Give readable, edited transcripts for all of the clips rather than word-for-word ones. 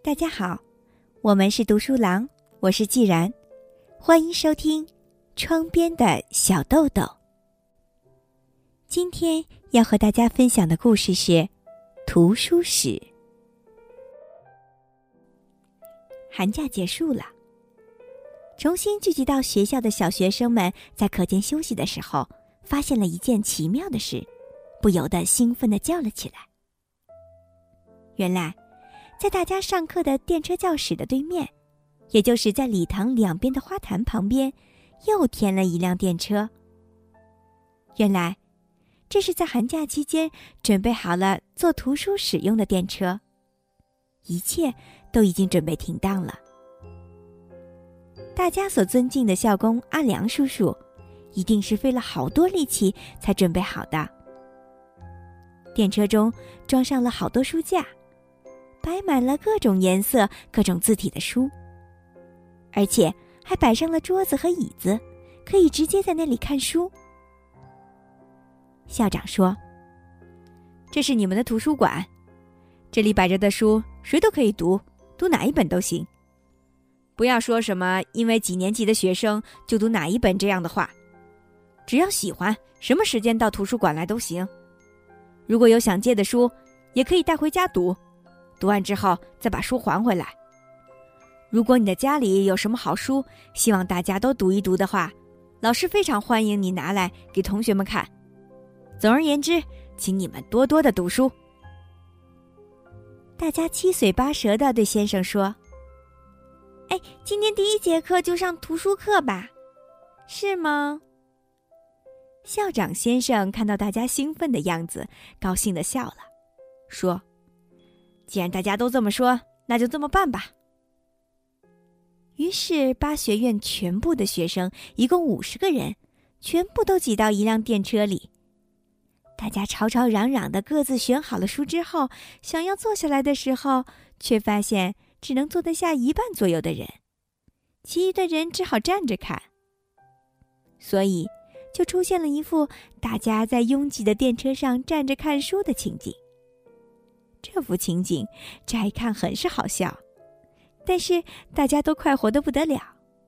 大家好，我们是读书郎，我是既然，欢迎收听窗边的小豆豆。今天要和大家分享的故事是图书史。寒假结束了，重新聚集到学校的小学生们在课间休息的时候，发现了一件奇妙的事，不由得兴奋地叫了起来。原来在大家上课的电车教室的对面，也就是在礼堂两边的花坛旁边，又添了一辆电车。原来这是在寒假期间准备好了做图书使用的电车，一切都已经准备停当了。大家所尊敬的校工阿良叔叔，一定是费了好多力气才准备好的。电车中装上了好多书架，摆满了各种颜色、各种字体的书，而且还摆上了桌子和椅子，可以直接在那里看书。校长说：“这是你们的图书馆，这里摆着的书谁都可以读，读哪一本都行。不要说什么因为几年级的学生就读哪一本这样的话，只要喜欢，什么时间到图书馆来都行。如果有想借的书，也可以带回家读，读完之后再把书还回来。如果你的家里有什么好书，希望大家都读一读的话，老师非常欢迎你拿来给同学们看。总而言之，请你们多多的读书。”大家七嘴八舌地对先生说：“今天第一节课就上图书课吧？是吗？”校长先生看到大家兴奋的样子，高兴地笑了，说：“既然大家都这么说，那就这么办吧。”于是巴学院全部的学生，一共50个人，全部都挤到一辆电车里。大家吵吵嚷嚷的各自选好了书之后，想要坐下来的时候，却发现只能坐得下一半左右的人，其余的人只好站着看。所以就出现了一副大家在拥挤的电车上站着看书的情景。这幅情景乍一看很是好笑，但是大家都快活得不得了。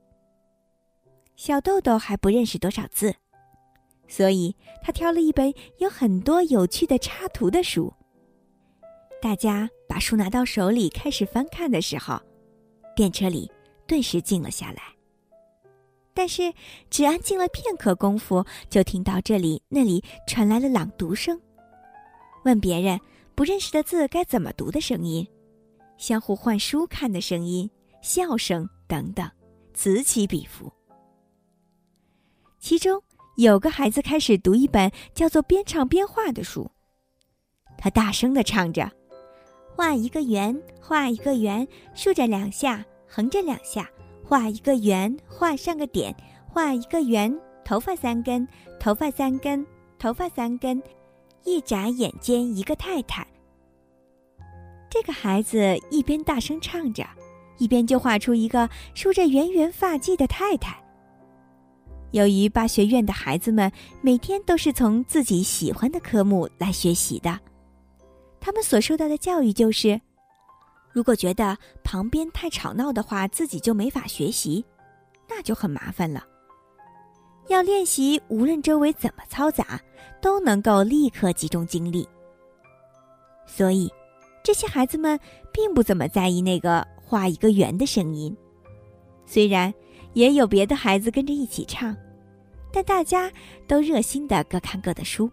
小豆豆还不认识多少字，所以他挑了一本有很多有趣的插图的书。大家把书拿到手里开始翻看的时候，电车里顿时静了下来。但是只安静了片刻功夫，就听到这里那里传来了朗读声，问别人不认识的字该怎么读的声音，相互换书看的声音，笑声等等，此起彼伏。其中有个孩子开始读一本叫做《边唱边画》的书，他大声地唱着：“画一个圆，画一个圆，竖着2下，横着2下，画一个圆，画上个点，画一个圆，头发3根，头发3根，头发3根，一眨眼间一个太太。”这个孩子一边大声唱着，一边就画出一个梳着圆圆发髻的太太。由于巴学院的孩子们每天都是从自己喜欢的科目来学习的，他们所受到的教育就是，如果觉得旁边太吵闹的话，自己就没法学习，那就很麻烦了。要练习无论周围怎么嘈杂，都能够立刻集中精力。所以这些孩子们并不怎么在意那个画一个圆的声音，虽然也有别的孩子跟着一起唱，但大家都热心地各看各的书。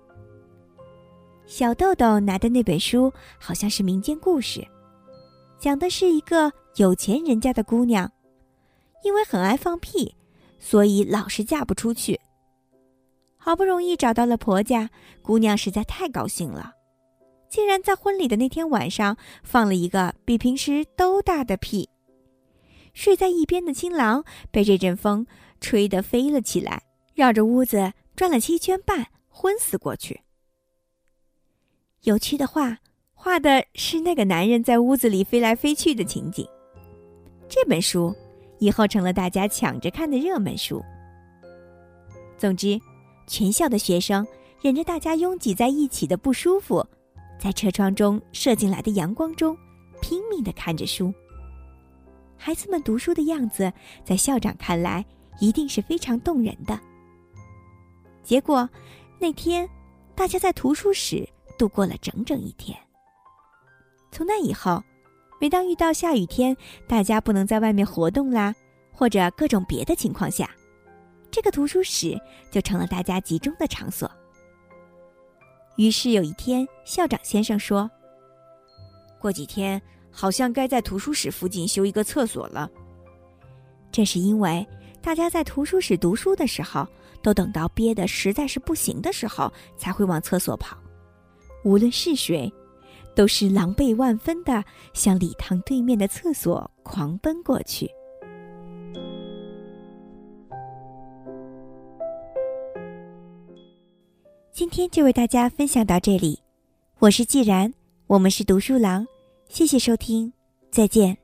小豆豆拿的那本书好像是民间故事，讲的是一个有钱人家的姑娘，因为很爱放屁，所以老是嫁不出去。好不容易找到了婆家，姑娘实在太高兴了，竟然在婚礼的那天晚上放了一个比平时都大的屁。睡在一边的新郎被这阵风吹得飞了起来，绕着屋子转了7圈半，昏死过去。有趣的画的是那个男人在屋子里飞来飞去的情景。这本书以后成了大家抢着看的热门书。总之，全校的学生忍着大家拥挤在一起的不舒服，在车窗中射进来的阳光中，拼拼命地看着书。孩子们读书的样子，在校长看来一定是非常动人的。结果那天大家在图书室度过了整整一天。从那以后，每当遇到下雨天，大家不能在外面活动啦，或者各种别的情况下，这个图书室就成了大家集中的场所。于是有一天，校长先生说，过几天好像该在图书室附近修一个厕所了。这是因为大家在图书室读书的时候，都等到憋得实在是不行的时候才会往厕所跑，无论是谁都是狼狈万分地向礼堂对面的厕所狂奔过去。今天就为大家分享到这里，我是既然，我们是读书郎，谢谢收听，再见。